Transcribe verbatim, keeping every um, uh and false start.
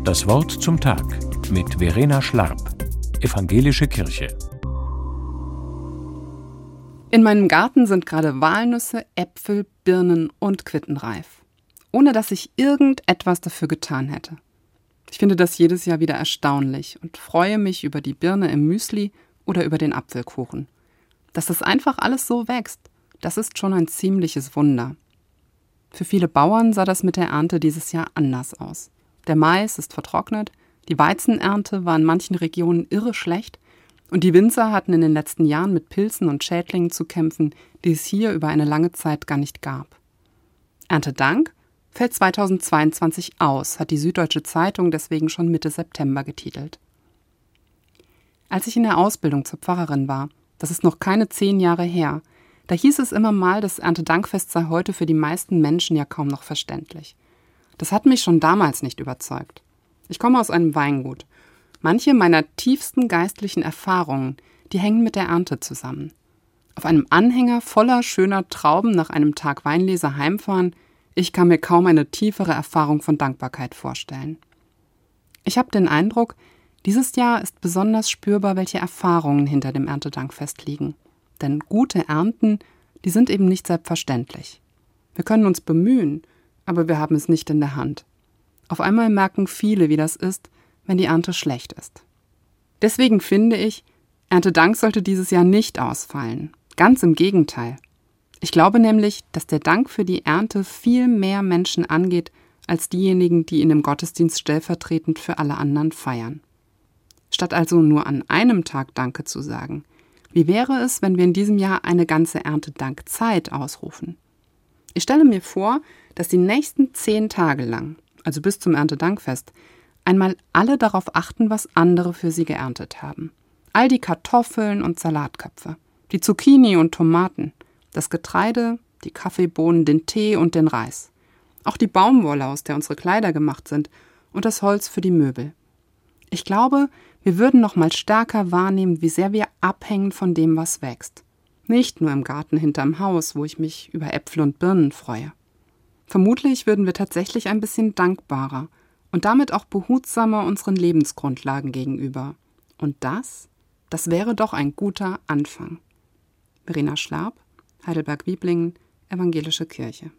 Das Wort zum Tag mit Verena Schlarb, Evangelische Kirche. In meinem Garten sind gerade Walnüsse, Äpfel, Birnen und Quitten reif, ohne dass ich irgendetwas dafür getan hätte. Ich finde das jedes Jahr wieder erstaunlich und freue mich über die Birne im Müsli oder über den Apfelkuchen. Dass das einfach alles so wächst, das ist schon ein ziemliches Wunder. Für viele Bauern sah das mit der Ernte dieses Jahr anders aus. Der Mais ist vertrocknet, die Weizenernte war in manchen Regionen irre schlecht und die Winzer hatten in den letzten Jahren mit Pilzen und Schädlingen zu kämpfen, die es hier über eine lange Zeit gar nicht gab. Erntedank fällt zweitausendzweiundzwanzig aus, hat die Süddeutsche Zeitung deswegen schon Mitte September getitelt. Als ich in der Ausbildung zur Pfarrerin war, das ist noch keine zehn Jahre her, da hieß es immer mal, das Erntedankfest sei heute für die meisten Menschen ja kaum noch verständlich. Das hat mich schon damals nicht überzeugt. Ich komme aus einem Weingut. Manche meiner tiefsten geistlichen Erfahrungen, die hängen mit der Ernte zusammen. Auf einem Anhänger voller schöner Trauben nach einem Tag Weinlese heimfahren, ich kann mir kaum eine tiefere Erfahrung von Dankbarkeit vorstellen. Ich habe den Eindruck, dieses Jahr ist besonders spürbar, welche Erfahrungen hinter dem Erntedankfest liegen. Denn gute Ernten, die sind eben nicht selbstverständlich. Wir können uns bemühen, aber wir haben es nicht in der Hand. Auf einmal merken viele, wie das ist, wenn die Ernte schlecht ist. Deswegen finde ich, Erntedank sollte dieses Jahr nicht ausfallen. Ganz im Gegenteil. Ich glaube nämlich, dass der Dank für die Ernte viel mehr Menschen angeht, als diejenigen, die ihn im Gottesdienst stellvertretend für alle anderen feiern. Statt also nur an einem Tag Danke zu sagen, wie wäre es, wenn wir in diesem Jahr eine ganze Erntedankzeit ausrufen? Ich stelle mir vor, dass die nächsten zehn Tage lang, also bis zum Erntedankfest, einmal alle darauf achten, was andere für sie geerntet haben. All die Kartoffeln und Salatköpfe, die Zucchini und Tomaten, das Getreide, die Kaffeebohnen, den Tee und den Reis. Auch die Baumwolle, aus der unsere Kleider gemacht sind, und das Holz für die Möbel. Ich glaube, wir würden noch mal stärker wahrnehmen, wie sehr wir abhängen von dem, was wächst. Nicht nur im Garten hinterm Haus, wo ich mich über Äpfel und Birnen freue. Vermutlich würden wir tatsächlich ein bisschen dankbarer und damit auch behutsamer unseren Lebensgrundlagen gegenüber. Und das, das wäre doch ein guter Anfang. Verena Schlarb, Heidelberg-Wieblingen, Evangelische Kirche.